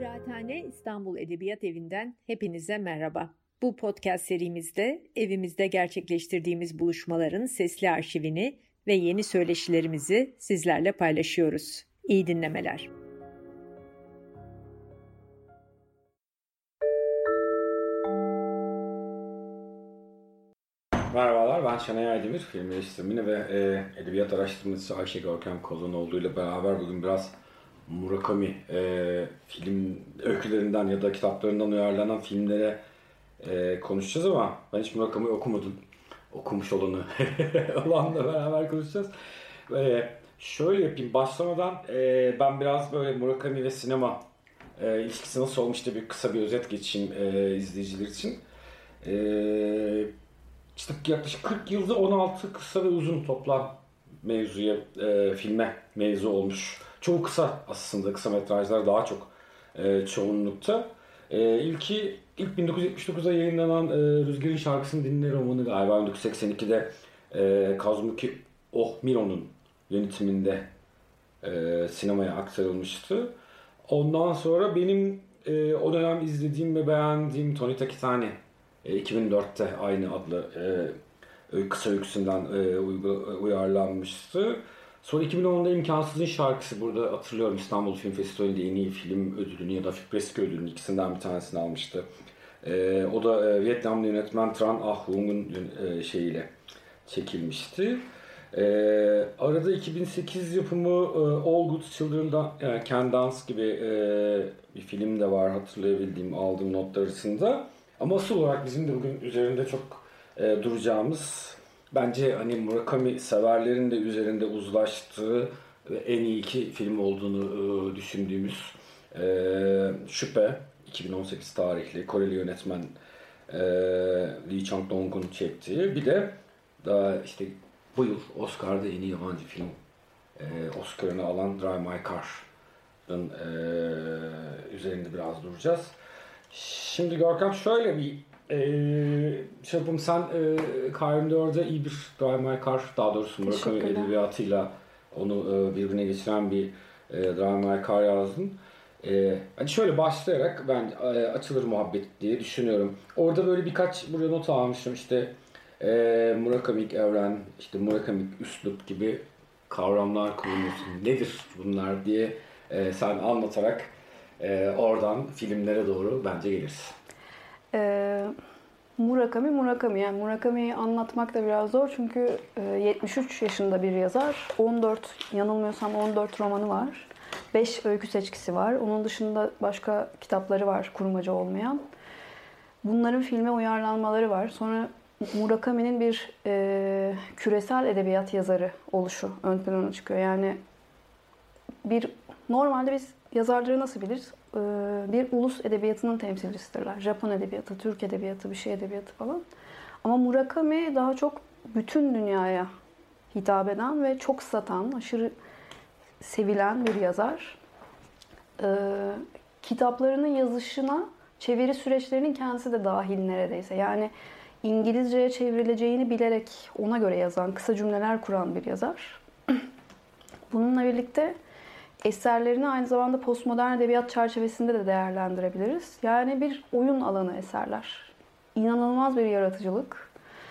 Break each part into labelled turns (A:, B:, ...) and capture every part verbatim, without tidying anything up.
A: Kıraathane İstanbul Edebiyat Evi'nden hepinize merhaba. Bu podcast serimizde evimizde gerçekleştirdiğimiz buluşmaların sesli arşivini ve yeni söyleşilerimizi sizlerle paylaşıyoruz. İyi dinlemeler.
B: Merhabalar, ben Şenay Aydemir, film eleştirmeni ve e, edebiyat araştırmacısı Ayşe Görkem Kozanoğlu ile beraber bugün biraz Murakami e, film öykülerinden ya da kitaplarından uyarlanan filmlere e, konuşacağız ama ben hiç Murakami okumadım. Okumuş olanı olanla beraber konuşacağız. E, şöyle yapayım, başlamadan e, ben biraz böyle Murakami ve sinema e, ilişkisi nasıl olmuş diye bir kısa bir özet geçeyim e, izleyiciler için. E, İşte yaklaşık kırk yılda on altı kısa ve uzun toplam mevzuya, e, filme mevzu olmuş. Çoğu kısa aslında, kısa metrajlar daha çok e, çoğunlukta. E, ilki ilk bin dokuz yüz yetmiş dokuzda yayınlanan e, Rüzgar'ın Şarkısını Dinle romanı galiba bin dokuz yüz seksen ikide e, Kazuki Ohmiro'nun yönetiminde e, sinemaya aktarılmıştı. Ondan sonra benim e, o dönem izlediğim ve beğendiğim Tony Takitani iki bin dörtte aynı adlı e, kısa öyküsünden e, uyarlanmıştı. Sonra iki bin onda İmkansız'ın Şarkısı, burada hatırlıyorum İstanbul Film Festivali'nde en iyi film ödülünü ya da Fipreski ödülünü ikisinden bir tanesini almıştı. E, o da e, Vietnamlı yönetmen Tran Ah Hung'un e, şeyiyle çekilmişti. E, arada iki bin sekiz yapımı e, All Good Children'da yani Can Dance gibi e, bir film de var hatırlayabildiğim, aldığım notlar arasında. Ama asıl olarak bizim de bugün üzerinde çok e, duracağımız, bence hani Murakami severlerin de üzerinde uzlaştığı ve en iyi iki film olduğunu e, düşündüğümüz e, Şüphe, iki bin on sekiz tarihli Koreli yönetmen e, Lee Chang-dong'un çektiği, bir de daha işte bu yıl Oscar'da en iyi yabancı film e, Oscar'ını alan Drive My Car'ın e, üzerinde biraz duracağız. Şimdi Görkem şöyle bir e, şey yapalım. Sen e, K yirmi dört'e iyi bir Drive My Car, daha doğrusu Murakami edebiyatıyla onu e, birbirine geçiren bir e, Drive My Car yazdın. E, hani şöyle başlayarak ben e, açılır muhabbet diye düşünüyorum. Orada böyle birkaç buraya not almışım, işte e, Murakamik evren, işte Murakamik üslup gibi kavramlar kullanıyorsun. Nedir bunlar diye e, sen anlatarak Ee, oradan filmlere doğru bence geliriz.
C: Ee, Murakami, Murakami. Yani Murakami'yi anlatmak da biraz zor çünkü e, yetmiş üç yaşında bir yazar. on dört, yanılmıyorsam on dört romanı var. beş öykü seçkisi var. Onun dışında başka kitapları var kurmaca olmayan. Bunların filme uyarlanmaları var. Sonra Murakami'nin bir e, küresel edebiyat yazarı oluşu ön plana çıkıyor. Yani bir normalde biz yazarları nasıl biliriz? Ee, bir ulus edebiyatının temsilcisidirler. Japon edebiyatı, Türk edebiyatı, bir şey edebiyatı falan. Ama Murakami daha çok bütün dünyaya hitap eden ve çok satan, aşırı sevilen bir yazar. Ee, kitaplarının yazışına çeviri süreçlerinin kendisi de dahil neredeyse. Yani İngilizceye çevrileceğini bilerek ona göre yazan, kısa cümleler kuran bir yazar. Bununla birlikte eserlerini aynı zamanda postmodern edebiyat çerçevesinde de değerlendirebiliriz. Yani bir oyun alanı eserler. İnanılmaz bir yaratıcılık.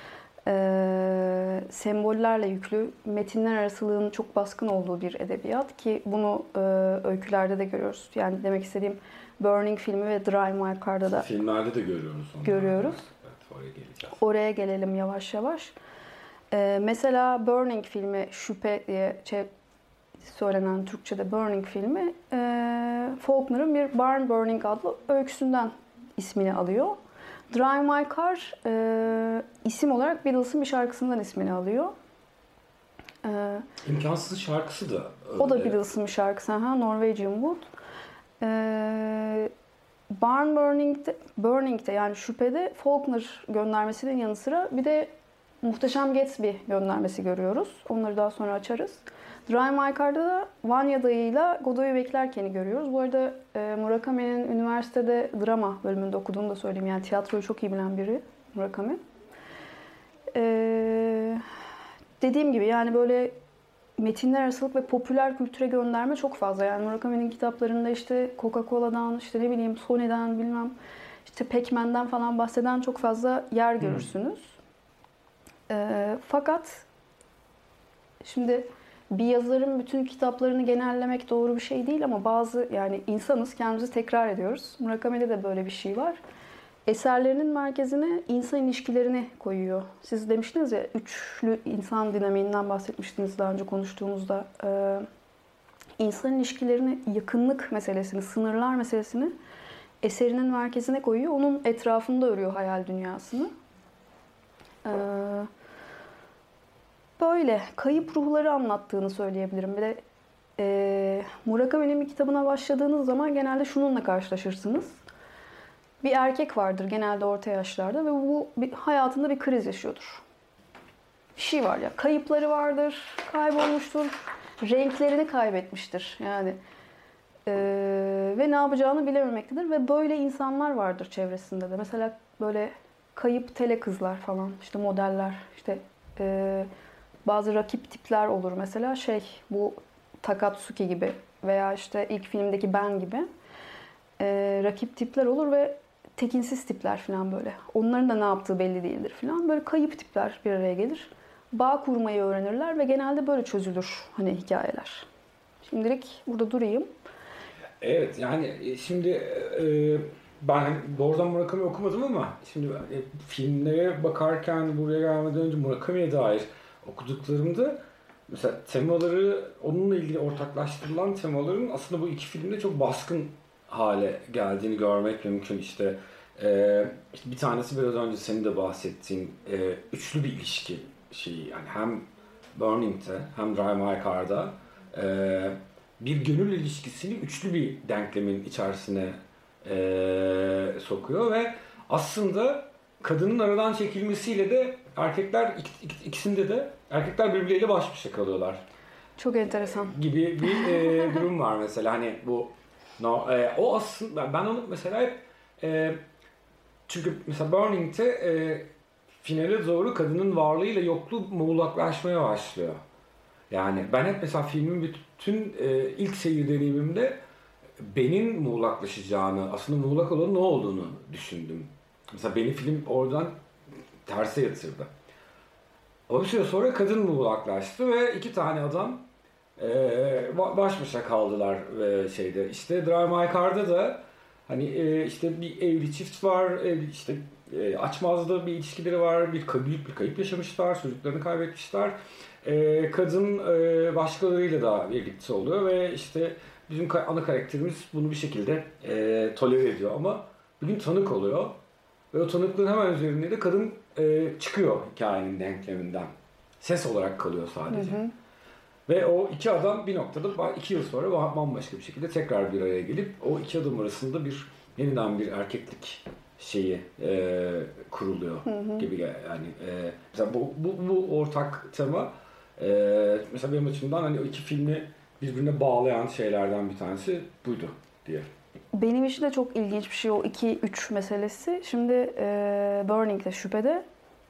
C: Ee, sembollerle yüklü, metinler arasılığının çok baskın olduğu bir edebiyat ki bunu e, öykülerde de görüyoruz. Yani demek istediğim Burning filmi ve Drive My Car'da da
B: filmlerde de görüyoruz. Onları.
C: Görüyoruz.
B: Evet, oraya geleceğiz.
C: Oraya gelelim yavaş yavaş. Ee, mesela Burning filmi, Şüphe diye şey, söylenen Türkçe'de Burning filmi, e, Faulkner'ın bir Barn Burning adlı öyküsünden ismini alıyor. Drive My Car e, isim olarak Beatles'ın bir şarkısından ismini alıyor. E,
B: İmkansız şarkısı da öyle.
C: O da Beatles'ın bir şarkısı. Ha, Norwegian Wood. E, Barn Burning'de, Burning'de yani Şüphe'de Faulkner göndermesinin yanı sıra bir de Muhteşem Gatsby göndermesi görüyoruz. Onları daha sonra açarız. Drive My Car'da da Vanya dayıyla Godoy'u beklerken'i görüyoruz. Bu arada e, Murakami'nin üniversitede drama bölümünde okuduğunu da söyleyeyim. Yani tiyatroyu çok iyi bilen biri Murakami. E, dediğim gibi yani böyle metinler arasılık ve popüler kültüre gönderme çok fazla. Yani Murakami'nin kitaplarında işte Coca-Cola'dan, işte ne bileyim Sony'den, bilmem işte Pac-Man'den falan bahseden çok fazla yer görürsünüz. Hmm. E, fakat şimdi bir yazarın bütün kitaplarını genellemek doğru bir şey değil ama bazı, yani insanız, kendimizi tekrar ediyoruz. Murakami'de de böyle bir şey var. Eserlerinin merkezine insan ilişkilerini koyuyor. Siz demiştiniz ya, üçlü insan dinamiğinden bahsetmiştiniz daha önce konuştuğumuzda. Ee, insan ilişkilerini, yakınlık meselesini, sınırlar meselesini eserinin merkezine koyuyor. Onun etrafında örüyor hayal dünyasını. Ee, böyle kayıp ruhları anlattığını söyleyebilirim. Bir de e, Murakami'nin bir kitabına başladığınız zaman genelde şununla karşılaşırsınız. Bir erkek vardır genelde orta yaşlarda ve bu bir, hayatında bir kriz yaşıyordur. Bir şey var ya, kayıpları vardır, kaybolmuştur, renklerini kaybetmiştir yani ee, ve ne yapacağını bilememektedir ve böyle insanlar vardır çevresinde de. Mesela böyle kayıp tele kızlar falan, işte modeller, işte e, bazı rakip tipler olur mesela, şey, bu Takatsuki gibi veya işte ilk filmdeki Ben gibi e, rakip tipler olur ve tekinsiz tipler falan böyle. Onların da ne yaptığı belli değildir falan. Böyle kayıp tipler bir araya gelir. Bağ kurmayı öğrenirler ve genelde böyle çözülür hani hikayeler. Şimdilik burada durayım.
B: Evet, yani şimdi e, ben doğrudan Murakami okumadım ama şimdi e, filmlere bakarken buraya gelmeden önce Murakami'ye dair okuduklarımda mesela temaları, onunla ilgili ortaklaştırılan temaların aslında bu iki filmde çok baskın hale geldiğini görmek mümkün. İşte, e, işte bir tanesi biraz önce senin de bahsettiğin e, üçlü bir ilişki şeyi, yani hem Burning'de hem Drive My Car'da e, bir gönül ilişkisini üçlü bir denklemin içerisine e, sokuyor ve aslında kadının aradan çekilmesiyle de erkekler, ikisinde de erkekler birbirleriyle baş başa kalıyorlar.
C: Çok enteresan.
B: Gibi bir e, durum var mesela, hani bu no, e, o aslında ben onu mesela hep e, çünkü mesela Burning'de e, finale doğru kadının varlığıyla yokluğu muğlaklaşmaya başlıyor. Yani ben hep mesela filmin bütün e, ilk seyir deneyimimde Ben'in muğlaklaşacağını, aslında muğlak olanın ne olduğunu düşündüm. Mesela beni film oradan terse yatırdı. O bir süre sonra kadın muğlaklaştı ve iki tane adam e, baş başa kaldılar e, şeyde. İşte Drive My Car'da da hani e, işte bir evli çift var, evli, işte e, açmazda bir ilişkileri var, bir büyük bir kayıp yaşamışlar, çocuklarını kaybetmişler. E, kadın e, başkalarıyla da birlikte oluyor ve işte bizim ana karakterimiz bunu bir şekilde e, tolere ediyor ama bir gün tanık oluyor ve o tanıklığın hemen üzerinde de kadın e, çıkıyor hikayenin denkleminden. Ses olarak kalıyor sadece. Hı hı. Ve o iki adam bir noktada iki yıl sonra bambaşka bir şekilde tekrar bir araya gelip o iki adam arasında bir yeniden bir erkeklik şeyi e, kuruluyor hı hı. gibi yani. E, mesela bu, bu, bu ortak tema e, mesela benim açımdan hani o iki filmi birbirine bağlayan şeylerden bir tanesi buydu diye.
C: Benim için de çok ilginç bir şey o iki üç meselesi. Şimdi e, Burning'de, Şüphede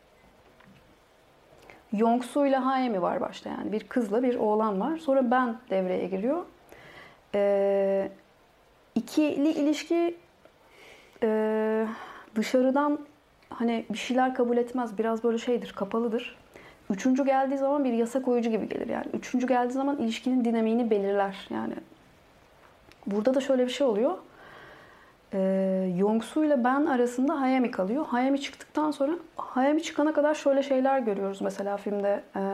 C: Yongsu ile Hayemi var başta, yani bir kızla bir oğlan var. Sonra Ben devreye giriyor. E, ikili ilişki e, dışarıdan hani bir şeyler kabul etmez. Biraz böyle şeydir, kapalıdır. Üçüncü geldiği zaman bir yasa koyucu gibi gelir yani. Üçüncü geldiği zaman ilişkinin dinamiğini belirler yani. Burada da şöyle bir şey oluyor. Ee, Yongsu ile Ben arasında Hayami kalıyor. Hayami çıktıktan sonra, Hayami çıkana kadar şöyle şeyler görüyoruz mesela filmde. Ee,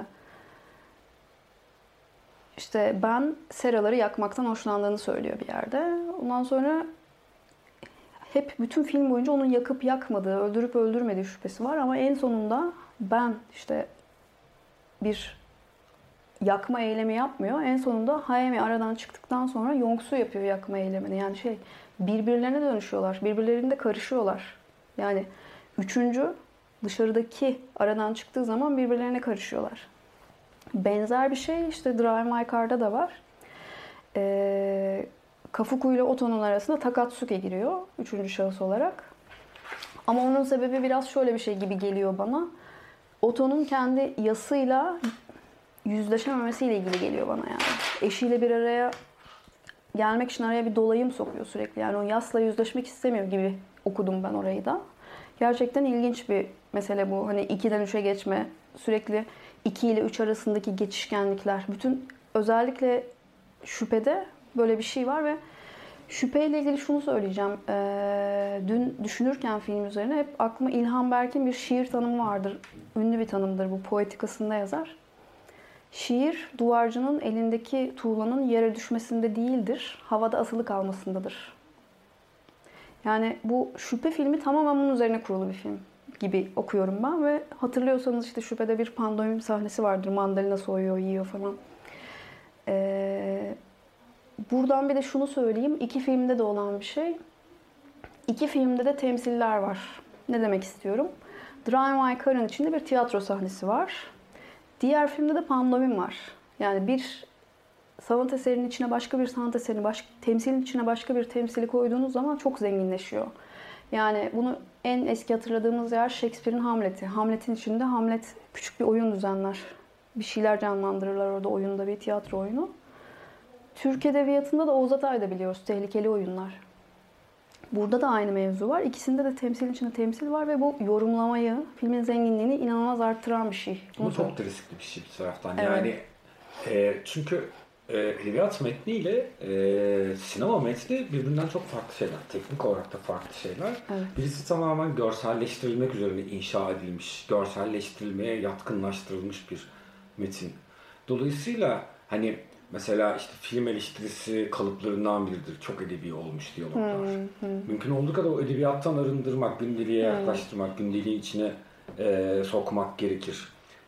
C: işte Ben seraları yakmaktan hoşlandığını söylüyor bir yerde. Ondan sonra hep bütün film boyunca onun yakıp yakmadığı, öldürüp öldürmediği şüphesi var ama en sonunda Ben işte bir yakma eylemi yapmıyor. En sonunda Hayami aradan çıktıktan sonra Yongsu yapıyor yakma eylemini. Yani şey, birbirlerine dönüşüyorlar. Birbirlerinde karışıyorlar. Yani üçüncü dışarıdaki aradan çıktığı zaman birbirlerine karışıyorlar. Benzer bir şey işte Drive My Car'da da var. Ee, Kafuku ile Oto'nun arasında Takatsuki giriyor. Üçüncü şahıs olarak. Ama onun sebebi biraz şöyle bir şey gibi geliyor bana. Oto'nun kendi yasıyla yüzleşememesiyle ilgili geliyor bana yani. Eşiyle bir araya gelmek için araya bir dolayım sokuyor sürekli. Yani o yasla yüzleşmek istemiyor gibi okudum ben orayı da. Gerçekten ilginç bir mesele bu. Hani ikiden üçe geçme, sürekli iki ile üç arasındaki geçişkenlikler. Bütün özellikle şüphede böyle bir şey var ve şüpheyle ilgili şunu söyleyeceğim. Ee, dün düşünürken film üzerine hep aklıma İlhan Berk'in bir şiir tanımı vardır. Ünlü bir tanımdır bu, Poetikası'nda yazar. Şiir, duvarcının elindeki tuğlanın yere düşmesinde değildir, havada asılı kalmasındadır. Yani bu şüphe filmi tamamen bunun üzerine kurulu bir film gibi okuyorum ben ve hatırlıyorsanız işte şüphede bir pandomim sahnesi vardır. Mandalina soyuyor, yiyor falan. Ee, buradan bir de şunu söyleyeyim. İki filmde de olan bir şey. İki filmde de temsiller var. Ne demek istiyorum? Drive My Car'ın içinde bir tiyatro sahnesi var. Diğer filmde de pandomim var. Yani bir sanat eserinin içine başka bir sanat eserini, baş, temsilin içine başka bir temsili koyduğunuz zaman çok zenginleşiyor. Yani bunu en eski hatırladığımız yer Shakespeare'in Hamlet'i. Hamlet'in içinde Hamlet küçük bir oyun düzenler. Bir şeyler canlandırırlar orada, oyunda bir tiyatro oyunu. Türk Edebiyatı'nda da Oğuz Atay'da biliyoruz, tehlikeli oyunlar. Burada da aynı mevzu var. İkisinde de temsilin içinde temsil var ve bu yorumlamayı, filmin zenginliğini inanılmaz arttıran bir şey.
B: Bu çok da riskli bir şey bir taraftan. Evet. Yani e, çünkü e, edebiyat metniyle e, sinema metni birbirinden çok farklı şeyler. Teknik olarak da farklı şeyler.
C: Evet.
B: Birisi tamamen görselleştirilmek üzerine inşa edilmiş, görselleştirilmeye yatkınlaştırılmış bir metin. Dolayısıyla hani mesela işte film eleştirisi kalıplarından biridir. Çok edebi olmuş diyaloglar. Hmm, hmm. Mümkün olduğu kadar o edebiyattan arındırmak, gündeliğe yaklaştırmak, hmm. gündeliğin içine e, sokmak gerekir.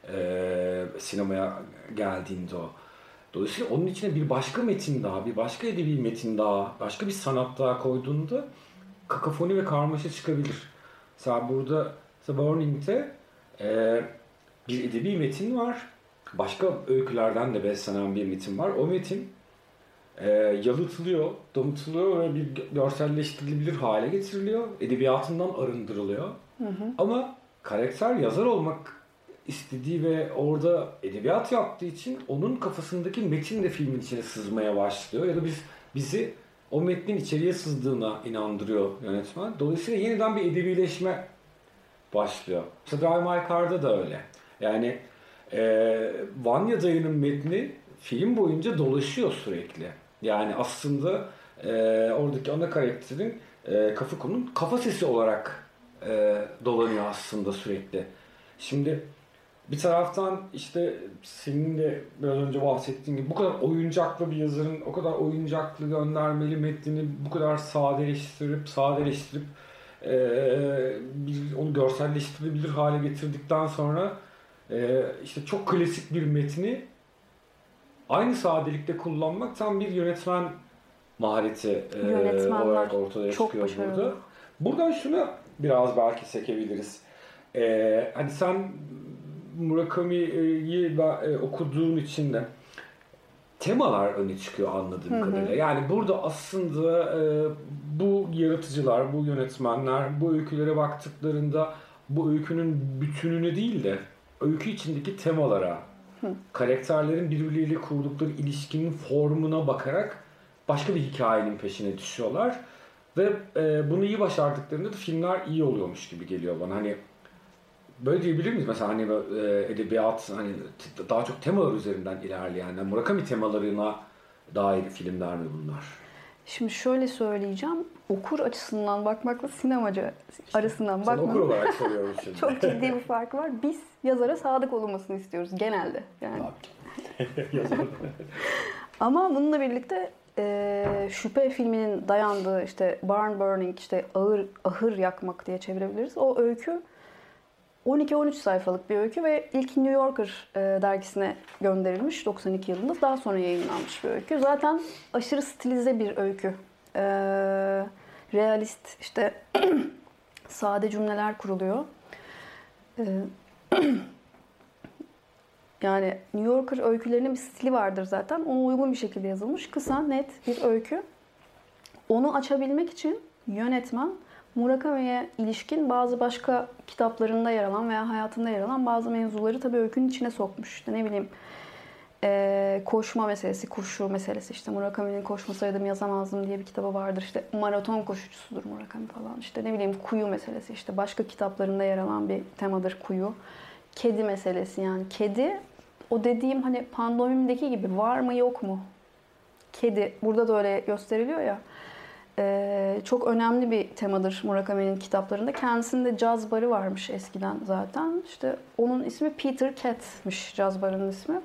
B: E, sinemaya geldiğinde o. Dolayısıyla onun içine bir başka metin daha, bir başka edebi metin daha, başka bir sanat daha koyduğunda kakafoni ve karmaşa çıkabilir. Mesela burada Burning'de e, bir edebi metin var. Başka öykülerden de beslenen bir metin var. O metin e, yalıtılıyor, damıtılıyor ve bir görselleştirilebilir hale getiriliyor. Edebiyatından arındırılıyor. Hı hı. Ama karakter yazar olmak istediği ve orada edebiyat yaptığı için onun kafasındaki metin de filmin içine sızmaya başlıyor. Ya da biz bizi o metnin içeriye sızdığına inandırıyor yönetmen. Dolayısıyla yeniden bir edebileşme başlıyor. İşte Drive My Car'da da öyle. Yani Ee, Vanya Dayı'nın metni film boyunca dolaşıyor sürekli. Yani aslında e, oradaki ana karakterin e, Kafuku'nun kafa sesi olarak e, dolanıyor aslında sürekli. Şimdi bir taraftan işte senin de biraz önce bahsettiğin gibi bu kadar oyuncaklı bir yazarın o kadar oyuncaklı göndermeli metnini bu kadar sadeleştirip sadeleştirip e, bir, onu görselleştirilebilir hale getirdikten sonra Ee, işte çok klasik bir metni aynı sadelikte kullanmak tam bir yönetmen mahareti e, olarak ortaya çıkıyor burada. Buradan şunu biraz belki sekebiliriz. Ee, hani sen Murakami'yi e, okuduğun için de temalar öne çıkıyor anladığım hı hı. kadarıyla. Yani burada aslında e, bu yaratıcılar, bu yönetmenler bu öykülere baktıklarında bu öykünün bütününü değil de öykü içindeki temalara, Hı. karakterlerin birbirleriyle kurdukları ilişkinin formuna bakarak başka bir hikayenin peşine düşüyorlar. Ve e, bunu iyi başardıklarında da filmler iyi oluyormuş gibi geliyor bana. Hani böyle diyebilir miyiz? Mesela hani e, edebiyat hani daha çok temalar üzerinden ilerleyen, yani Murakami temalarına dair filmler mi bunlar?
C: Şimdi şöyle söyleyeceğim. Okur açısından bakmakla sinemacı arasından bakmak.
B: Sen okur olarak soruyorum şimdi.
C: Çok ciddi bir fark var. Biz yazara sadık olunmasını istiyoruz genelde. Yani. Ama bununla birlikte e, şüphe filminin dayandığı işte barn burning, işte ağır ahır yakmak diye çevirebiliriz. O öykü on iki on üç sayfalık bir öykü ve ilk New Yorker e, dergisine gönderilmiş doksan iki yılında. Daha sonra yayınlanmış bir öykü. Zaten aşırı stilize bir öykü. E, realist, işte sade cümleler kuruluyor. E, yani New Yorker öykülerinin bir stili vardır zaten. Ona uygun bir şekilde yazılmış. Kısa, net bir öykü. Onu açabilmek için yönetmen Murakami'ye ilişkin bazı başka kitaplarında yer alan veya hayatında yer alan bazı mevzuları tabii öykünün içine sokmuş. İşte ne bileyim Ee, koşma meselesi, koşu meselesi. İşte Murakami'nin Koşmasaydım Yazamazdım diye bir kitabı vardır. İşte maraton koşucusudur Murakami falan. İşte ne bileyim kuyu meselesi. İşte başka kitaplarında yer alan bir temadır kuyu. Kedi meselesi yani. Kedi o dediğim hani pandomimdeki gibi var mı yok mu? Kedi. Burada da öyle gösteriliyor ya. Ee, çok önemli bir temadır Murakami'nin kitaplarında. Kendisinde caz barı varmış eskiden zaten. İşte onun ismi Peter Cat'miş, caz barının ismi.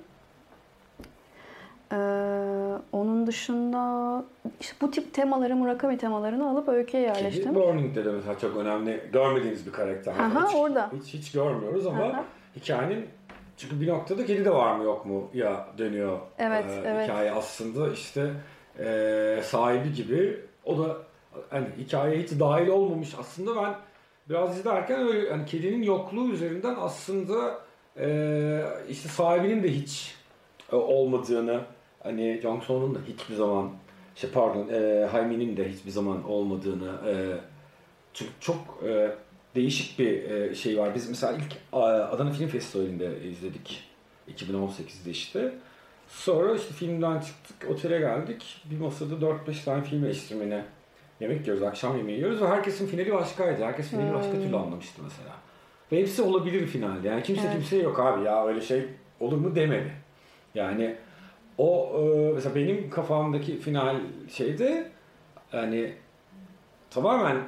C: Ee, onun dışında işte bu tip temaları, Murakami temalarını alıp öyküye yerleştirmiş.
B: Kedi Burning'de de mesela çok önemli, görmediğimiz bir karakter.
C: Aha,
B: hiç,
C: orada.
B: Hiç, hiç görmüyoruz ama
C: Aha.
B: hikayenin, çünkü bir noktada kedi de var mı yok mu ya dönüyor.
C: Evet,
B: ee,
C: evet.
B: Hikaye aslında işte e, sahibi gibi, o da hani hikayeye hiç dahil olmamış. Aslında ben biraz izlerken öyle hani kedinin yokluğu üzerinden aslında e, işte sahibinin de hiç e, olmadığını, hani Jong Soo'nun da hiçbir zaman şey pardon e, Hae-min'in de hiçbir zaman olmadığını, e, çünkü çok e, değişik bir e, şey var. Biz mesela ilk e, Adana Film Festivali'nde izledik iki bin on sekizde işte. Sonra işte filmden çıktık, otele geldik. Bir masada dört beş tane film eleştirmeni yemek yiyoruz, akşam yemeği yiyoruz ve herkesin finali başkaydı. Herkes finali başka
C: Hmm.
B: türlü anlamıştı mesela. Ve hepsi olabilir finalde. Yani kimse
C: Evet.
B: kimseye yok abi ya öyle şey olur mu demedi. Yani o e, mesela benim kafamdaki final şeyde yani tamamen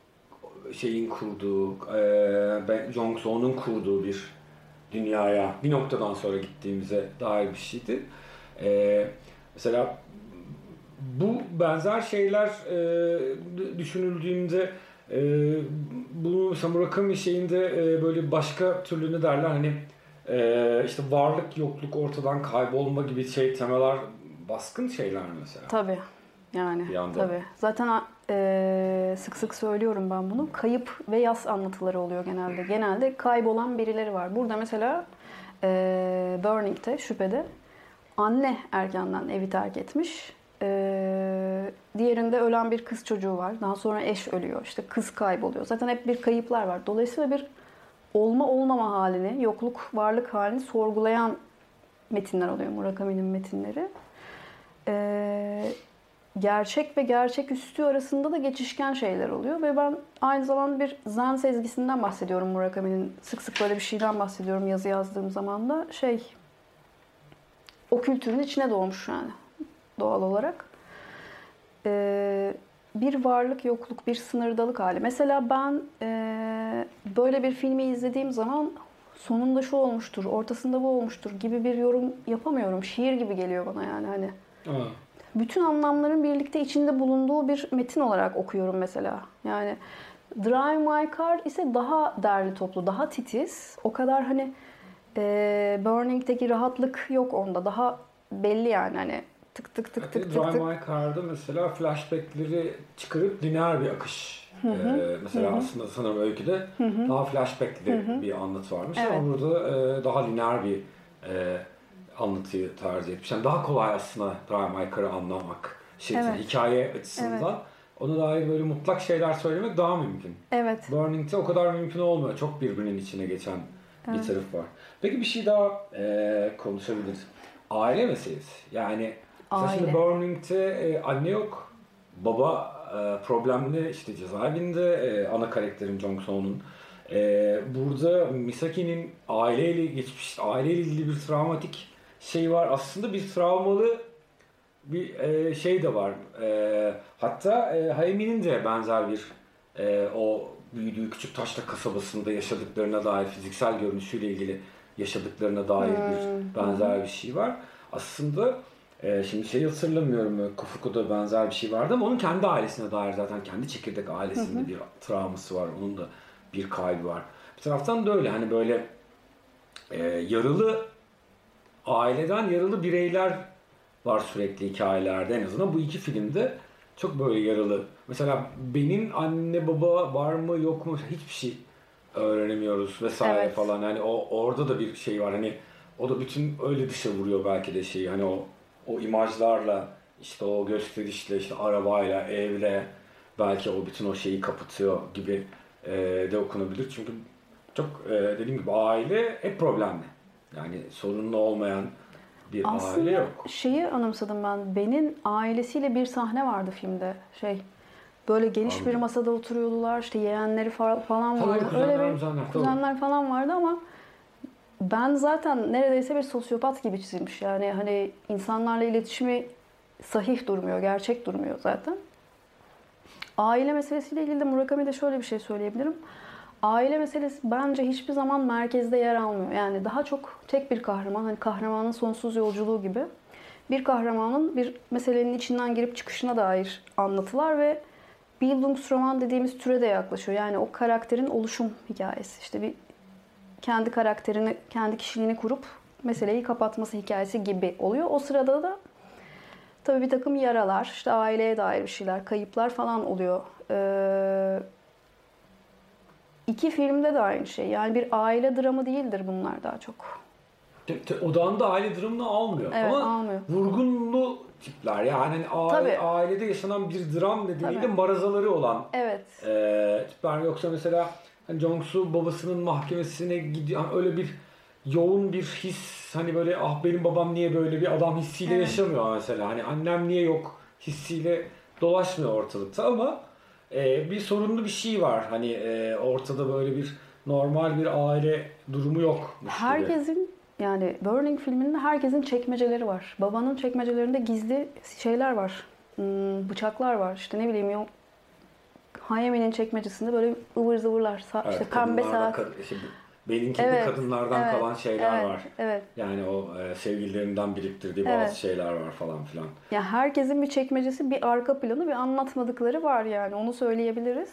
B: şeyin kurduğu, e, ben Jong Soo'nun kurduğu bir dünyaya bir noktadan sonra gittiğimize dair bir şeydi. E, mesela bu benzer şeyler e, düşünüldüğünde e, bu mesela Murakami şeyinde e, böyle başka türlü ne derler hani e, işte varlık yokluk ortadan kaybolma gibi şey temalar baskın şeyler mesela.
C: Tabii. Yani tabii. Zaten e, sık sık söylüyorum ben bunu. Kayıp ve yas anlatıları oluyor genelde. Genelde kaybolan birileri var. Burada mesela e, Burning'de, Şüphede anne erkenden evi terk etmiş. E, diğerinde ölen bir kız çocuğu var. Daha sonra eş ölüyor. İşte kız kayboluyor. Zaten hep bir kayıplar var. Dolayısıyla bir olma olmama halini, yokluk varlık halini sorgulayan metinler oluyor Murakami'nin metinleri. Eee gerçek ve gerçeküstü arasında da geçişken şeyler oluyor ve ben aynı zamanda bir zen sezgisinden bahsediyorum Murakami'nin. Sık sık böyle bir şeyden bahsediyorum yazı yazdığım zaman da şey, o kültürün içine doğmuş yani doğal olarak. Ee, bir varlık yokluk, bir sınırdalık hali. Mesela ben e, böyle bir filmi izlediğim zaman sonunda şu olmuştur, ortasında bu olmuştur gibi bir yorum yapamıyorum. Şiir gibi geliyor bana yani hani.
B: Aa.
C: Bütün anlamların birlikte içinde bulunduğu bir metin olarak okuyorum mesela. Yani Drive My Car ise daha derli toplu, daha titiz. O kadar hani e, Burning'deki rahatlık yok onda. Daha belli yani hani tık tık tık tık tık
B: Drive
C: tık.
B: My Car'da mesela flashback'leri çıkarıp lineer bir akış.
C: Hı hı.
B: Ee, mesela
C: Hı hı.
B: aslında sanırım öyküde hı hı. daha flashback'li
C: Hı hı.
B: bir anlatı varmış
C: Evet.
B: ama burada e, daha lineer bir e, anlatıyı tercih etmiş. Yani daha kolay aslında Drive My Car'ı anlamak. Şey,
C: Evet.
B: hikaye açısından.
C: Evet.
B: Ona dair böyle mutlak şeyler söylemek daha mümkün.
C: Evet.
B: Burning'de o kadar mümkün olmuyor. Çok birbirinin içine geçen
C: Evet.
B: bir taraf var. Peki bir şey daha e, konuşabiliriz. Aile meselesi. Yani mesela
C: Aile.
B: şimdi Burning'de e, anne yok. Baba e, problemli, işte cezaevinde, e, ana karakterin Jong Soo'nun. E, burada Misaki'nin aileyle geçmiş, aileyle ilgili bir travmatik şey var. Aslında bir travmalı bir e, şey de var. E, hatta e, Hae-min'in de benzer bir e, o büyüdüğü küçük taşla kasabasında yaşadıklarına dair, fiziksel görünüşüyle ilgili yaşadıklarına dair bir benzer bir şey var. Aslında e, şimdi şey hatırlamıyorum, Kofuku'da benzer bir şey vardı ama onun kendi ailesine dair, zaten kendi çekirdek ailesinde hı hı. bir travması var. Onun da bir kaybı var. Bir taraftan da öyle hani böyle e, yaralı aileden yaralı bireyler var sürekli hikayelerde, en azından bu iki filmde çok böyle yaralı. Mesela benim anne baba var mı yok mu hiçbir şey öğrenemiyoruz vesaire
C: evet.
B: falan. Yani o orada da bir şey var. Hani o da bütün öyle dışa vuruyor belki de şeyi. Hani o o imajlarla, işte o gösterişle, işte arabayla, evle belki o bütün o şeyi kapatıyor gibi e, de okunabilir. Çünkü çok e, dediğim gibi aile hep problemli. Yani sorunlu olmayan bir
C: Aslında
B: aile yok.
C: Şeyi anımsadım ben. Ben'in ailesiyle bir sahne vardı filmde. Şey böyle geniş
B: Anladım.
C: bir masada oturuyordular. İşte yeğenleri fa- falan
B: Tabii,
C: vardı.
B: kuzenler,
C: Öyle bir
B: kuzenler,
C: kuzenler falan vardı ama ben zaten neredeyse bir sosyopat gibi çizilmiş. Yani hani insanlarla iletişimi sahih durmuyor, gerçek durmuyor zaten. Aile meselesiyle ilgili de Murakami'de şöyle bir şey söyleyebilirim. Aile meselesi bence hiçbir zaman merkezde yer almıyor. Yani daha çok tek bir kahraman, hani kahramanın sonsuz yolculuğu gibi bir kahramanın bir meselenin içinden girip çıkışına dair anlatılar ve Bildungsroman dediğimiz türe de yaklaşıyor. Yani o karakterin oluşum hikayesi. İşte bir kendi karakterini, kendi kişiliğini kurup meseleyi kapatması hikayesi gibi oluyor. O sırada da tabii bir takım yaralar, işte aileye dair bir şeyler, kayıplar falan oluyor. Ee, iki filmde de aynı şey. Yani bir aile dramı değildir bunlar daha çok.
B: Te- te- Odağında aile dramını almıyor.
C: Evet,
B: Ama
C: almıyor.
B: vurgunlu tipler. Yani hani aile, ailede yaşanan bir dram nedeniyle
C: Tabii.
B: marazaları olan
C: Evet.
B: e, tipler. Yoksa mesela hani Jong-soo babasının mahkemesine gidiyor. Hani öyle bir yoğun bir his, hani böyle ah benim babam niye böyle bir adam hissiyle
C: Evet.
B: yaşamıyor mesela. Hani annem niye yok hissiyle dolaşmıyor ortalıkta ama e, bir sorunlu bir şey var. Hani e, ortada böyle bir normal bir aile durumu yokmuş gibi.
C: Herkesin yani Burning filminde herkesin çekmeceleri var. Babanın çekmecelerinde gizli şeyler var. Hmm, bıçaklar var. İşte ne bileyim o Hayami'nin çekmecesinde böyle ıvır zıvırlar. Sa-
B: Evet,
C: işte pembe saat.
B: kad- işte benimkinde
C: Evet,
B: kadınlardan
C: evet,
B: kalan şeyler
C: evet,
B: var.
C: evet.
B: Yani o e, sevgililerinden biriktirdiği
C: Evet.
B: bazı şeyler var falan filan.
C: Ya herkesin bir çekmecesi, bir arka planı, bir anlatmadıkları var yani. Onu söyleyebiliriz.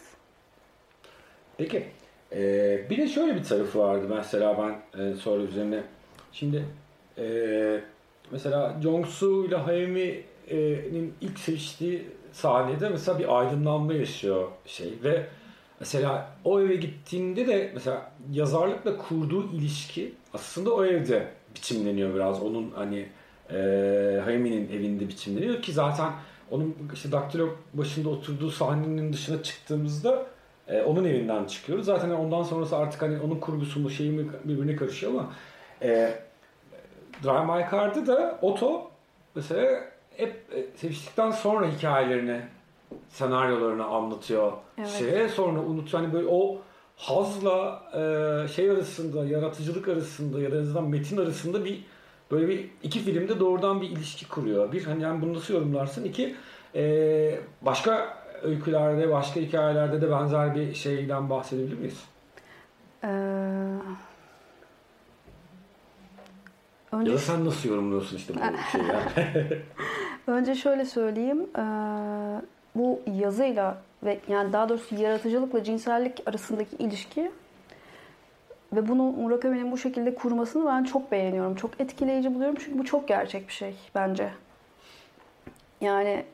B: Peki, e, bir de şöyle bir tarafı vardı mesela ben e, sonra üzerine. Şimdi e, mesela Jong-soo ile Hayami'nin ilk seviştiği sahnede mesela bir aydınlanma yaşıyor şey ve mesela o eve gittiğinde de mesela yazarlıkla kurduğu ilişki aslında o evde biçimleniyor biraz. Onun hani e, Hayami'nin evinde biçimleniyor ki zaten onun işte daktilo başında oturduğu sahnenin dışına çıktığımızda e, onun evinden çıkıyoruz. Zaten ondan sonrası artık hani onun kurgusu mu şeyi mi birbirine karışıyor ama e, Drive My Car'da da Otto mesela hep e, seviştikten sonra hikayelerini, senaryolarını anlatıyor.
C: Evet.
B: Şeye sonra unutuyor. Hani böyle o hazla e, şey arasında, yaratıcılık arasında ya da en azından metin arasında bir böyle bir iki filmde doğrudan bir ilişki kuruyor. Bir hani yani bunu nasıl yorumlarsın? İki e, başka öykülerde, başka hikayelerde de benzer bir şeyden bahsedebilir miyiz?
C: Ee,
B: Ya
C: önce
B: da sen nasıl yorumluyorsun işte bu şeyi?
C: önce şöyle söyleyeyim. Ee, bu yazıyla ve yani daha doğrusu yaratıcılıkla cinsellik arasındaki ilişki ve bunu Murakami'nin bu şekilde kurmasını ben çok beğeniyorum. Çok etkileyici buluyorum çünkü bu çok gerçek bir şey bence. Yani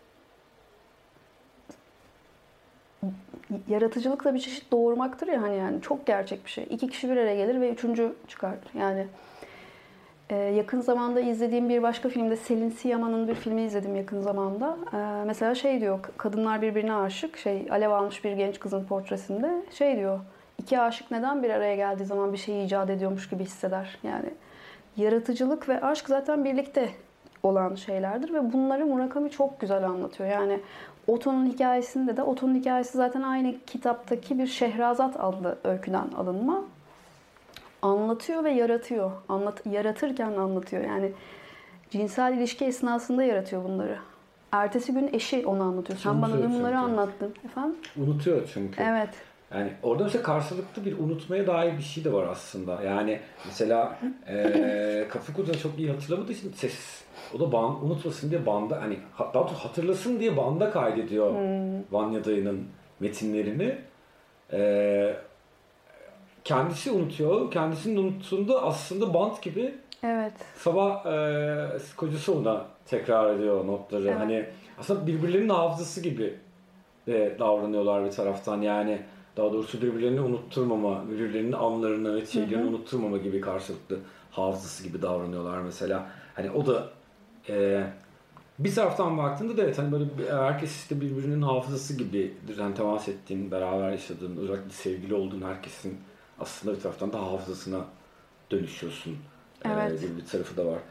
C: yaratıcılık da bir çeşit doğurmaktır ya hani yani çok gerçek bir şey. İki kişi bir araya gelir ve üçüncü çıkar. Yani e, yakın zamanda izlediğim bir başka filmde Selin Siyaman'ın bir filmi izledim yakın zamanda. E, mesela şey diyor, kadınlar birbirine aşık. Şey alev almış bir genç kızın portresinde şey diyor. İki aşık neden bir araya geldiği zaman bir şeyi icat ediyormuş gibi hisseder. Yani yaratıcılık ve aşk zaten birlikte olan şeylerdir ve bunları Murakami çok güzel anlatıyor. Yani Otto'nun hikayesinde de Otto'nun hikayesi zaten aynı kitaptaki bir Şehrazat adlı öyküden alınma. Anlatıyor ve yaratıyor. Anlat, yaratırken anlatıyor. Yani cinsel ilişki esnasında yaratıyor bunları. Ertesi gün eşi onu anlatıyor. Sen bana dün bunları anlattın. Efendim?
B: Unutuyor çünkü.
C: Evet.
B: Yani orada mesela karşılıklı bir unutmaya dair bir şey de var aslında. Yani mesela e, Kafuku da çok iyi hatırlamadığı için ses o da band, unutmasın diye banda hani daha doğrusu hatırlasın diye banda kaydediyor hmm. Vanya dayının metinlerini. E, kendisi unutuyor. Kendisinin unuttuğunda aslında band gibi
C: evet.
B: sabah e, kocası ona tekrar ediyor notları. Evet. Hani aslında birbirlerinin hafızası gibi de davranıyorlar bir taraftan. Yani daha doğrusu birbirlerini unutturmama, birbirlerinin anlarını ve şeylerini hı hı. unutturmama gibi karşılıklı hafızası gibi davranıyorlar mesela. Hani o da e, bir taraftan baktığında da evet hani böyle herkes işte birbirinin hafızası gibidir. Yani temas ettiğin, beraber yaşadığın, özellikle sevgili olduğun herkesin aslında bir taraftan da hafızasına dönüşüyorsun evet. e, gibi bir tarafı da var.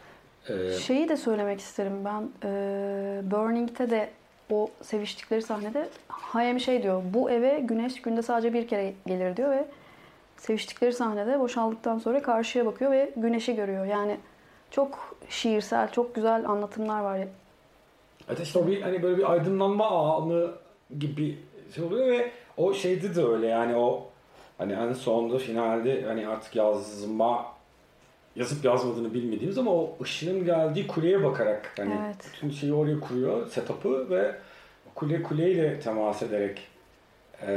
B: Ee,
C: Şeyi de söylemek isterim ben. E, Burning'te de o seviştikleri sahnede Hayami şey diyor. Bu eve güneş günde sadece bir kere gelir diyor ve seviştikleri sahnede boşaldıktan sonra karşıya bakıyor ve güneşi görüyor. Yani çok şiirsel, çok güzel anlatımlar var.
B: Evet, işte o bir hani böyle bir aydınlanma anı gibi şey oluyor ve o şeyde de öyle yani o hani en sonunda finalde hani artık yazma yazıp yazmadığını bilmediğimiz ama o ışığın geldiği kuleye bakarak hani
C: Evet.
B: bütün şeyi oraya kuruyor, setup'ı ve kule kuleyle temas ederek e,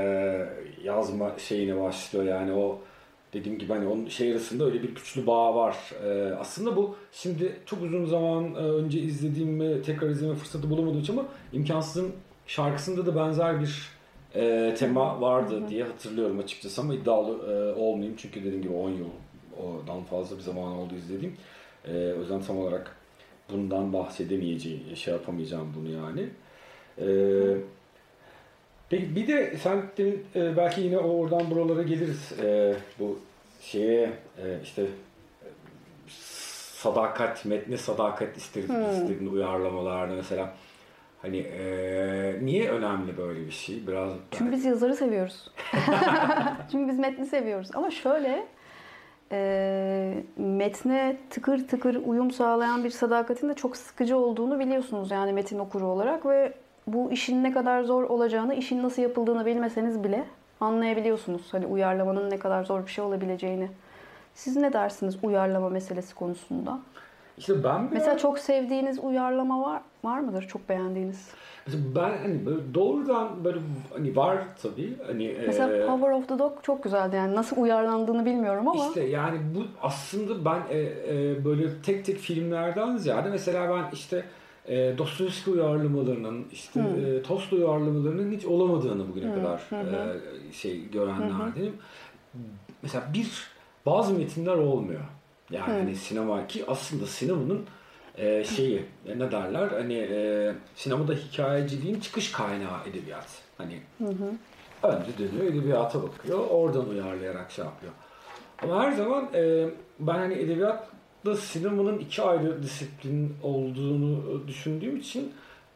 B: yazma şeyine başlıyor yani o dediğim gibi hani onun şey arasında öyle bir güçlü bağ var. E, aslında bu şimdi çok uzun zaman önce izlediğim ve tekrar izleme fırsatı bulamadığım için ama İmkansız'ın şarkısında da benzer bir e, tema vardı hı hı. diye hatırlıyorum açıkçası ama iddialı e, olmayayım çünkü dediğim gibi on yıl ondan fazla bir zaman oldu izlediğim. E, o yüzden tam olarak bundan bahsedemeyeceğim, şey yapamayacağım bunu yani. Ee, peki bir de sen demin e, belki yine oradan buralara geliriz. E, bu şeye e, işte e, sadakat, metne sadakat isteriz hmm. istediğin uyarlamalarda mesela. Hani e, niye önemli böyle bir şey? Biraz
C: çünkü biz yazarı seviyoruz. Çünkü biz metni seviyoruz. Ama şöyle e, metne tıkır tıkır uyum sağlayan bir sadakatin de çok sıkıcı olduğunu biliyorsunuz yani metin okuru olarak ve bu işin ne kadar zor olacağını, işin nasıl yapıldığını bilmeseniz bile anlayabiliyorsunuz. Hani uyarlamanın ne kadar zor bir şey olabileceğini. Siz ne dersiniz uyarlama meselesi konusunda?
B: İşte ben biraz...
C: Mesela çok sevdiğiniz uyarlama var var mıdır? Çok beğendiğiniz?
B: Mesela ben hani böyle doğrudan böyle hani var tabii. Hani
C: mesela
B: e...
C: Power of the Dog çok güzeldi yani. Nasıl uyarlandığını bilmiyorum ama.
B: İşte yani bu aslında ben e, e, böyle tek tek filmlerden ziyade mesela ben işte E, Dostoyevski uyarlamalarının, işte hmm. e, Tolstoy uyarlamalarının hiç olamadığını bugüne hmm. kadar hmm. E, şey görenlerdenim. Hmm. Mesela bir bazı metinler olmuyor. Yani hmm. hani sinema ki aslında sinemanın e, şeyi ne derler hani e, sinemada hikayeciliğin çıkış kaynağı edebiyat. Hani hmm. önce dönüyor edebiyata bakıyor, oradan uyarlayarak şey yapıyor. Ama her zaman e, ben hani edebiyat da sinemanın iki ayrı disiplin olduğunu düşündüğüm için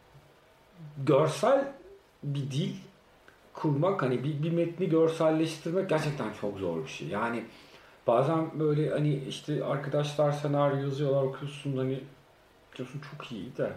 B: görsel bir dil kurmak hani bir, bir metni görselleştirmek gerçekten çok zor bir şey. Yani bazen böyle hani işte arkadaşlar senaryo yazıyorlar okuyorsun hani diyorsun çok iyi de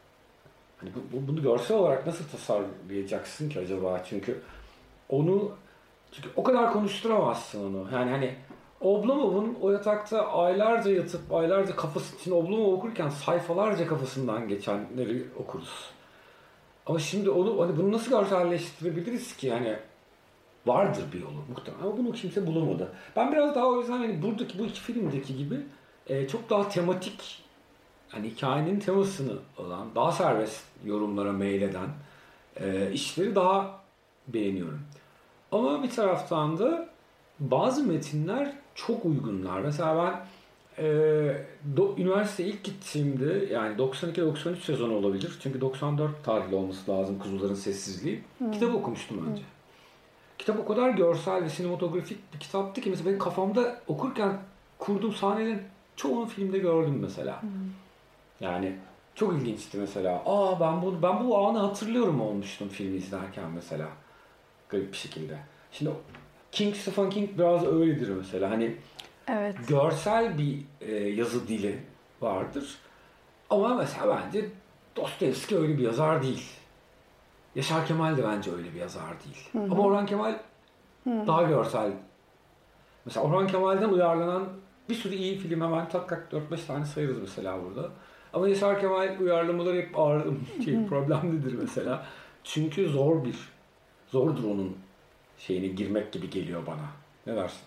B: hani bu, bunu görsel olarak nasıl tasarlayacaksın ki acaba? Çünkü onu çünkü o kadar konuşturamazsın onu. Yani hani Oblomov'un o yatakta aylarca yatıp aylarca kafası için Oblomov okurken sayfalarca kafasından geçenleri okuruz. Ama şimdi onu hani bunu nasıl görselleştirebiliriz ki hani vardır bir yolu muhtemelen ama bunu kimse bulamadı. Ben biraz daha o yüzden hani buradaki bu iki filmdeki gibi e, çok daha tematik hani hikayenin temasını olan daha serbest yorumlara meyleden e, işleri daha beğeniyorum. Ama bir taraftan da bazı metinler çok uygunlar. Mesela ben e, do, üniversiteye ilk gittiğimde yani doksan iki doksan üç sezonu olabilir. Çünkü doksan dört tarihli olması lazım Kuzuların Sessizliği. Hmm. Kitap okumuştum önce. Hmm. Kitap o kadar görsel ve sinematografik bir kitaptı ki mesela benim kafamda okurken kurduğum sahnelerin çoğunu filmde gördüm mesela. Hmm. Yani çok ilginçti mesela. Aa ben bu ben bu anı hatırlıyorum olmuştum filmi izlerken mesela. Garip bir şekilde. Şimdi King, Stephen King biraz öyledir mesela. Hani
C: evet.
B: görsel bir e, yazı dili vardır. Ama mesela bence Dostoyevski öyle bir yazar değil. Yaşar Kemal de bence öyle bir yazar değil. Hı-hı. Ama Orhan Kemal Hı-hı. daha görsel. Mesela Orhan Kemal'den uyarlanan bir sürü iyi film hemen tak tak dört beş tane sayarız mesela burada. Ama Yaşar Kemal uyarlamaları hep ağır şey, problemlidir mesela. Çünkü zor bir, zordur onun şeyine girmek gibi geliyor bana. Ne dersin?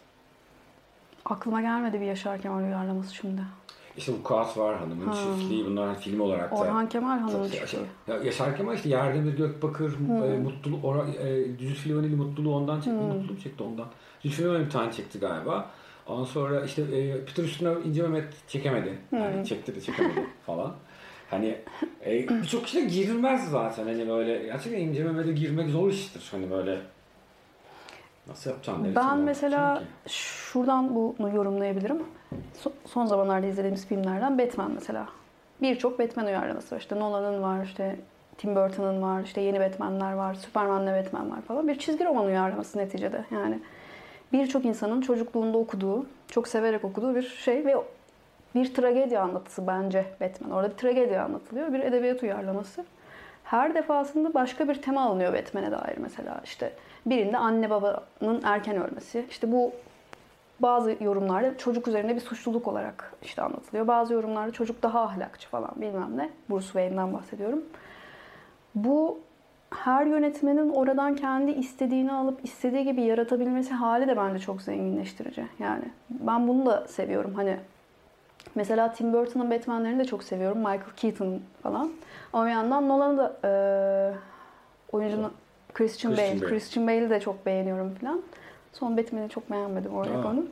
C: Aklıma gelmedi bir Yaşar Kemal uyarlaması şimdi.
B: İşte Vukuat var, Hanımın ha. Çiftliği, bunlar film olarak da.
C: Orhan Kemal Hanımın Çiftliği.
B: Ya Yaşar Kemal işte Yerdemir Gökbakır, e, Mutluluk, Or e, Zülfü Livaneli Mutluluğu ondan çekti. Hmm. Mutluluk çekti ondan. Zülfü Livaneli bir tane çekti galiba. Ondan sonra işte e, Peter Üstüne İnce Mehmet çekemedi. Yani hmm. çekti de çekemedi falan. Hani e, birçok kişi de girilmez zaten. Hani böyle gerçekten İnce Mehmet'e girmek zor iştir. Hani böyle nasıl yapacaksın?
C: Ben mesela şu şuradan bunu yorumlayabilirim. So- son zamanlarda izlediğimiz filmlerden Batman mesela. Birçok Batman uyarlaması var. İşte Nolan'ın var, işte Tim Burton'ın var, işte yeni Batman'ler var, Superman'le Batman var falan. Bir çizgi roman uyarlaması neticede. Yani birçok insanın çocukluğunda okuduğu, çok severek okuduğu bir şey ve bir tragedi anlatısı bence Batman. Orada bir tragedi anlatılıyor, bir edebiyat uyarlaması. Her defasında başka bir tema alınıyor Batman'e dair mesela. İşte birinde anne babanın erken ölmesi. İşte bu bazı yorumlarda çocuk üzerinde bir suçluluk olarak işte anlatılıyor. Bazı yorumlarda çocuk daha ahlakçı falan bilmem ne. Bruce Wayne'den bahsediyorum. Bu her yönetmenin oradan kendi istediğini alıp istediği gibi yaratabilmesi hali de bence çok zenginleştirici. Yani ben bunu da seviyorum. Hani mesela Tim Burton'ın Batman'lerini de çok seviyorum. Michael Keaton falan. Ama bir yandan Nolan'ı da e, oyuncunun Christian, Christian Bale. Bale. Christian Bale'i de çok beğeniyorum falan. Son Batman'i çok beğenmedim orada onun.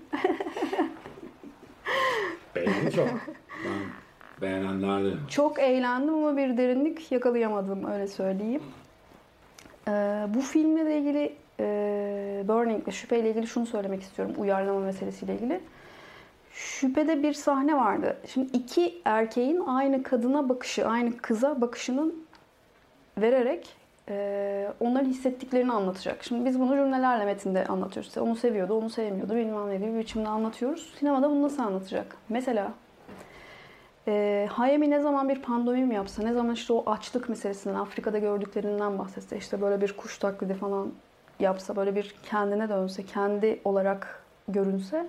B: Beğendim çok. Ben beğenenlerdenim.
C: Çok eğlendim ama bir derinlik yakalayamadım öyle söyleyeyim. Ee, bu filmle ilgili e, Burning ve şüpheyle ilgili şunu söylemek istiyorum. Uyarlama meselesiyle ilgili. Şüphede bir sahne vardı. Şimdi iki erkeğin aynı kadına bakışı, aynı kıza bakışının vererek onların hissettiklerini anlatacak. Şimdi biz bunu cümlelerle metinde anlatıyoruz. İşte onu seviyordu, onu sevmiyordu, bilmem ne gibi bir biçimde anlatıyoruz. Sinemada bunu nasıl anlatacak? Mesela e, Hayami ne zaman bir pandomim yapsa, ne zaman işte o açlık meselesinden, Afrika'da gördüklerinden bahsetse, işte böyle bir kuş taklidi falan yapsa, böyle bir kendine dönse, kendi olarak görünse,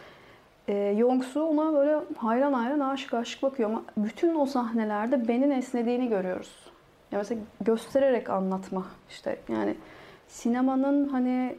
C: e, Yong-Soo ona böyle hayran hayran aşık aşık bakıyor ama bütün o sahnelerde Ben'in esnediğini görüyoruz. Ya mesela göstererek anlatma işte yani sinemanın hani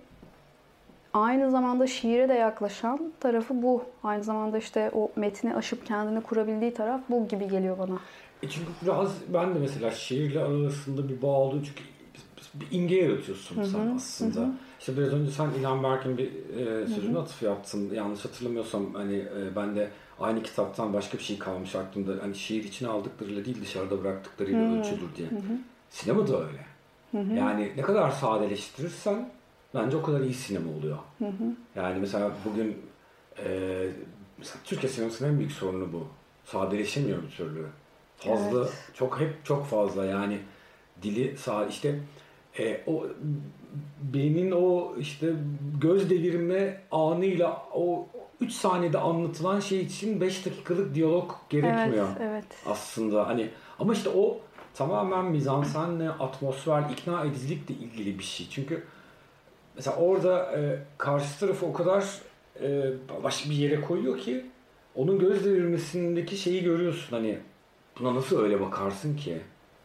C: aynı zamanda şiire de yaklaşan tarafı bu. Aynı zamanda işte o metni aşıp kendini kurabildiği taraf bu gibi geliyor bana.
B: E çünkü biraz ben de mesela şiirle arasında bir bağ olduğu çünkü bir imge yaratıyorsun hı-hı, sen aslında. Hı-hı. İşte biraz önce sen İlhan Berk'in bir e, sözünü atıf yaptın. Yanlış hatırlamıyorsam hani e, ben de aynı kitaptan başka bir şey kalmış aklımda. Hani şiir içine aldıklarıyla değil dışarıda bıraktıklarıyla Hı-hı. ölçülür diye. Hı-hı. Sinema da öyle. Hı-hı. Yani ne kadar sadeleştirirsen bence o kadar iyi sinema oluyor. Hı-hı. Yani mesela bugün e, mesela Türkiye sinemasının en büyük sorunu bu. Sadeleşemiyor bir türlü. Fazla, evet. çok hep çok fazla yani dili sağ işte e, o beynin o işte göz devirme anıyla o üç saniyede anlatılan şey için beş dakikalık diyalog gerekmiyor.
C: Evet, evet.
B: Aslında hani ama işte o tamamen mizansenle, atmosfer, ikna edicilikle ilgili bir şey. Çünkü mesela orada e, karşı tarafı o kadar e, başka bir yere koyuyor ki onun göz devirmesindeki şeyi görüyorsun hani buna nasıl öyle bakarsın ki?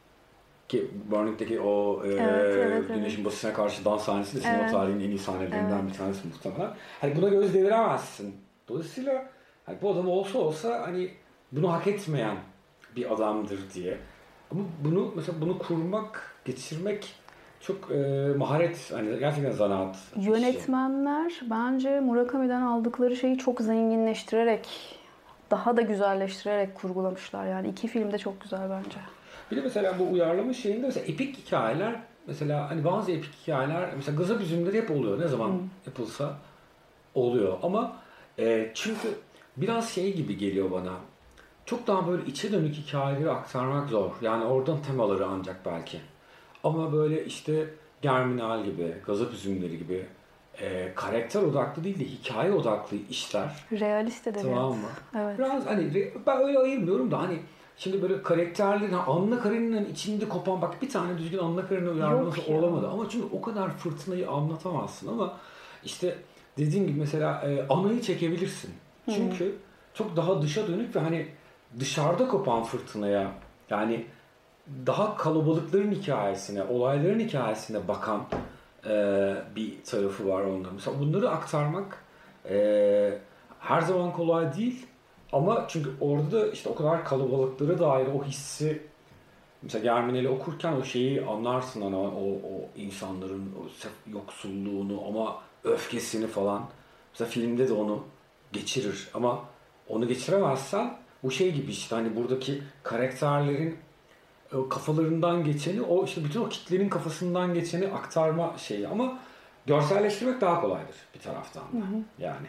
B: Ki Burning'deki o e, evet, evet, güneşin evet. basışına karşı dans sahnesi de sinema evet. tarihinin en iyi sahnelerinden evet. bir tanesi muhtemelen. Hani buna göz deviremezsin. Dolayısıyla hani bu adam olsa olsa hani bunu hak etmeyen bir adamdır diye. Ama bunu mesela bunu kurmak, geçirmek çok e, maharet, hani gerçekten zanaat.
C: Yönetmenler şey. Bence Murakami'den aldıkları şeyi çok zenginleştirerek, daha da güzelleştirerek kurgulamışlar. Yani iki film de çok güzel bence.
B: Bir de mesela bu uyarlama şeyinde mesela epik hikayeler mesela hani bazı epik hikayeler mesela gazap üzümleri hep oluyor. Ne zaman hmm. yapılsa oluyor. Ama e, çünkü biraz şey gibi geliyor bana. Çok daha böyle içe dönük hikayeleri aktarmak zor. Yani oradan temaları ancak belki. Ama böyle işte Germinal gibi, gazap üzümleri gibi e, karakter odaklı değil de hikaye odaklı işler.
C: Realist edebiyat.
B: Tamam mı?
C: Evet.
B: Biraz hani ben öyle ayırmıyorum da hani şimdi böyle karakterlerin, Anna Karenina'nın içinde kopan bak bir tane düzgün Anna Karenina uyarlaması olamadı. Ama çünkü o kadar fırtınayı anlatamazsın ama işte dediğim gibi mesela e, Anna'yı çekebilirsin. Çünkü Hı-hı. çok daha dışa dönük ve hani dışarıda kopan fırtınaya yani daha kalabalıkların hikayesine, olayların hikayesine bakan e, bir tarafı var onların. Mesela bunları aktarmak e, her zaman kolay değil. Ama çünkü orada da işte o kadar kalabalıklara dair o hissi mesela Germinal'i okurken o şeyi anlarsın ana o, o insanların o yoksulluğunu ama öfkesini falan. Mesela filmde de onu geçirir ama onu geçiremezsen bu şey gibi işte hani buradaki karakterlerin kafalarından geçeni o işte bütün o kitlenin kafasından geçeni aktarma şeyi ama görselleştirmek daha kolaydır bir taraftan da. Hı hı. Yani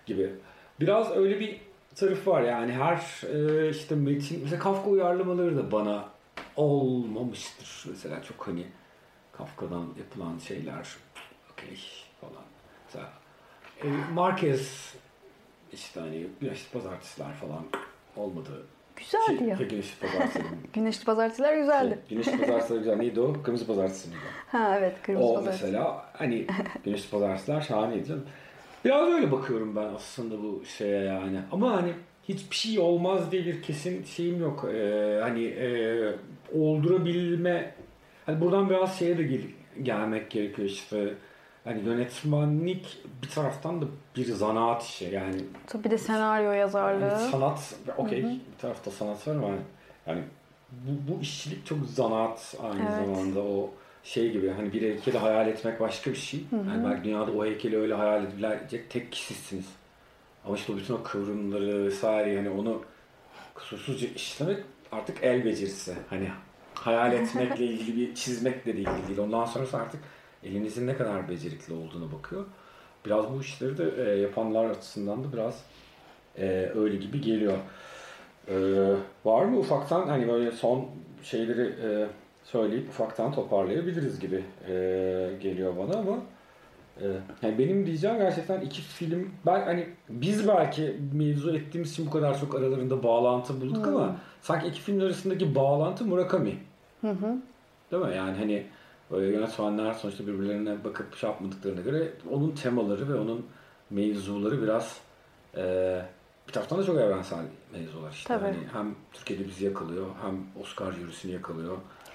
B: gibi. Biraz öyle bir taraf var yani her e, işte metin, mesela Kafka uyarlamaları da bana olmamıştır. Mesela çok hani Kafka'dan yapılan şeyler okey falan. Mesela e, Marquez işte hani Güneşli Pazartesiler falan olmadı.
C: Güzeldi
B: şey,
C: ya.
B: Güneşli Pazartesi.
C: Güneşli Pazartesiler güzeldi.
B: Şey, Güneşli Pazartesiler güzel. Neydi o? Kırmızı Pazartesi miydi?
C: Ha evet, Kırmızı
B: o
C: Pazartesi.
B: Mesela hani Güneşli Pazartesiler şahaneydi canım. Biraz öyle bakıyorum ben aslında bu şeye yani. Ama hani hiçbir şey olmaz diye bir kesin şeyim yok. Ee, hani e, oldurabilme, hani buradan biraz şeye de gel- gelmek gerekiyor işte. Hani yönetmenlik bir taraftan da bir zanaat işi yani.
C: Tabii bir de senaryo yazarlığı.
B: Yani sanat, okey bir tarafta sanat var ama yani bu, bu işçilik çok zanaat aynı
C: Evet.
B: zamanda. O şey gibi hani bir heykeli hayal etmek başka bir şey.
C: Hı hı.
B: Yani belki dünyada o heykeli öyle hayal edilecek tek kişisiniz. Ama işte o bütün o kıvrımları vesaire yani onu kusursuzca işlemek artık el becerisi. Hani hayal etmekle ilgili bir çizmekle de ilgili değil. Ondan sonrası artık elinizin ne kadar becerikli olduğuna bakıyor. Biraz bu işleri de e, yapanlar açısından da biraz e, öyle gibi geliyor. E, var mı ufaktan hani böyle son şeyleri e, söyleyip ufaktan toparlayabiliriz gibi e, geliyor bana ama e, yani benim diyeceğim gerçekten iki film, ben hani biz belki mevzu ettiğimiz için bu kadar çok aralarında bağlantı bulduk
C: Hmm.
B: ama sanki iki film arasındaki bağlantı Murakami.
C: Hı hı.
B: Değil mi? Yani hani böyle yönetmenler sonuçta birbirlerine bakıp şey yapmadıklarına göre onun temaları ve onun mevzuları biraz e, bir taraftan da çok evrensel mevzular işte.
C: Tabii.
B: Yani hem Türkiye'de bizi yakalıyor hem Oscar jürisini yakalıyor.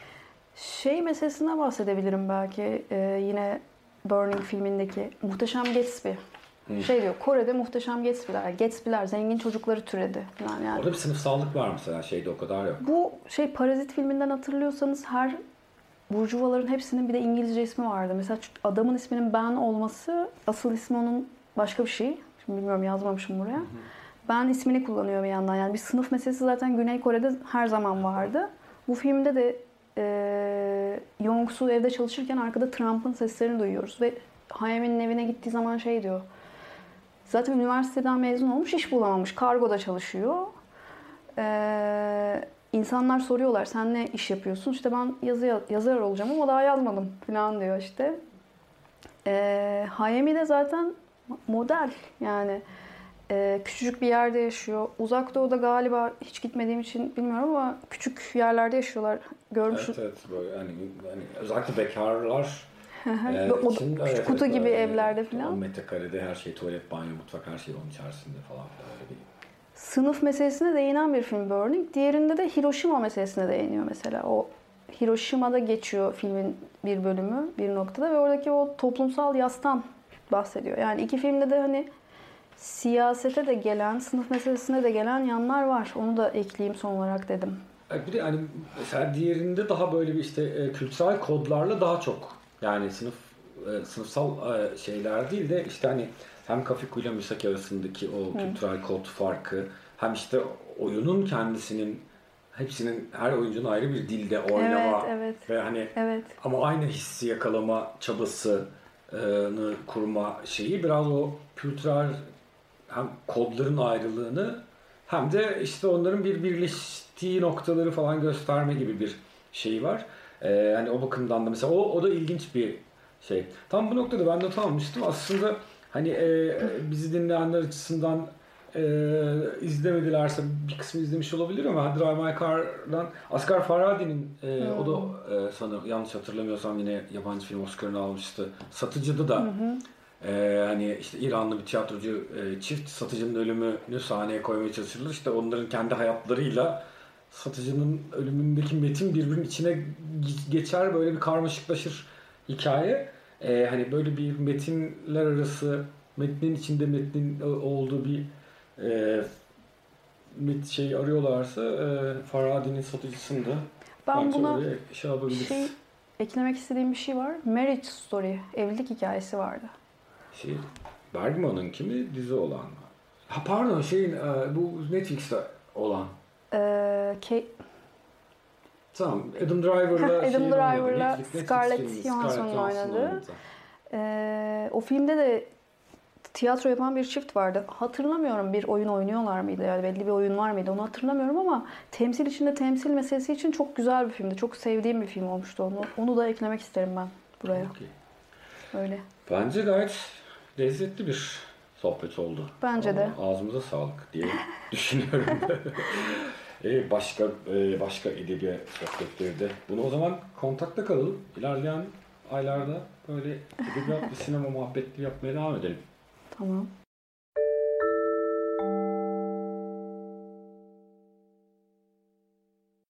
C: Şey meselesinden bahsedebilirim belki. Ee, yine Burning filmindeki Muhteşem Gatsby.
B: Hı.
C: Şey diyor, Kore'de Muhteşem Gatsby'ler, Gatsby'ler zengin çocukları türedi falan yani.
B: Orada bir sınıfsallık var mesela, şeyde o kadar yok.
C: Bu şey Parazit filminden hatırlıyorsanız her burjuvaların hepsinin bir de İngilizce ismi vardı. Mesela adamın isminin Ben olması, asıl ismi onun başka bir şey. Şimdi bilmiyorum, yazmamışım buraya. Hı hı. Ben ismini kullanıyor bir yandan. Yani bir sınıf meselesi zaten Güney Kore'de her zaman vardı. Bu filmde de e, Yong-soo evde çalışırken arkada Trump'ın seslerini duyuyoruz. Ve Hayami'nin evine gittiği zaman şey diyor. Zaten üniversiteden mezun olmuş, iş bulamamış. Kargoda çalışıyor. Eee... İnsanlar soruyorlar, sen ne iş yapıyorsun? İşte ben yazı, yazar olacağım ama daha yazmadım falan diyor işte. Ee, Hayami de zaten model yani e, küçücük bir yerde yaşıyor. Uzak Doğu'da galiba hiç gitmediğim için bilmiyorum ama küçük yerlerde yaşıyorlar. Görmüşsün.
B: Evet evet böyle yani, yani özellikle bekarlar e,
C: o
B: için
C: küçük
B: evet,
C: kutu
B: evet,
C: gibi
B: böyle,
C: evlerde falan.
B: on metrekarede her şey, tuvalet, banyo, mutfak, her şey onun içerisinde falan öyle bir.
C: Sınıf meselesine değinen bir film Burning. Diğerinde de Hiroşima meselesine değiniyor mesela. O Hiroşima'da geçiyor filmin bir bölümü bir noktada ve oradaki o toplumsal yastan bahsediyor. Yani iki filmde de hani siyasete de gelen, sınıf meselesine de gelen yanlar var. Onu da ekleyeyim son olarak dedim.
B: Bir de hani mesela diğerinde daha böyle bir işte e, kültürel kodlarla daha çok yani sınıf e, sınıfsal e, şeyler değil de işte hani hem Kafiku ile Misaki arasındaki o Hı. kültürel kod farkı, hem işte oyunun kendisinin, hepsinin, her oyuncunun ayrı bir dilde oynama
C: evet, evet.
B: ve hani
C: evet.
B: ama aynı hissi yakalama çabasını kurma şeyi biraz o kültürel hem kodların ayrılığını hem de işte onların bir birleştiği noktaları falan gösterme gibi bir şey var. Ee, hani o bakımdan da mesela o, o da ilginç bir şey. Tam bu noktada ben not almıştım. Aslında hani e, bizi dinleyenler açısından e, izlemedilerse bir kısmı izlemiş olabilir ama Drive My Car'dan Asghar Farhadi'nin e, hmm. o da e, sanırım yanlış hatırlamıyorsam yine yabancı film Oscar'ını almıştı. Satıcı'da da hmm. Ee, hani işte İranlı bir tiyatrocu e, çift satıcının ölümünü sahneye koymaya çalışırlar. İşte onların kendi hayatlarıyla satıcının ölümündeki metin birbirinin içine geçer, böyle bir karmaşıklaşır hikaye. Ee, hani böyle bir metinler arası, metnin içinde metnin olduğu bir e, met şey arıyorlarsa e, Farhadi'nin satıcısında
C: ben buna
B: şey yapabiliriz.
C: Şey, eklemek istediğim bir şey var. Marriage Story, evlilik hikayesi vardı.
B: Şey, Bergman'ın kimi, dizi olan mı? Ha pardon, şeyin bu Netflix'te olan.
C: Ee, Kate...
B: Tamam, Adam Driver'la
C: Adam
B: şeyin
C: Driver'la
B: Netflix,
C: Scarlett
B: Netflix
C: Johansson'un oynadığı. Ee, o filmde de tiyatro yapan bir çift vardı. Hatırlamıyorum bir oyun oynuyorlar mıydı? Yani belli bir oyun var mıydı? Onu hatırlamıyorum ama temsil içinde temsil meselesi için çok güzel bir filmdi. Çok sevdiğim bir film olmuştu onu. Onu da eklemek isterim ben buraya.
B: Okay.
C: Öyle.
B: Bence gayet lezzetli bir sohbet oldu.
C: Bence de.
B: Ağzımıza sağlık diye düşünüyorum. e, başka e, başka edebiyat sohbetleri de. Bunu o zaman kontakta kalalım. İlerleyen aylarda böyle edebiyat ve sinema muhabbetleri yapmaya devam edelim.
C: Tamam.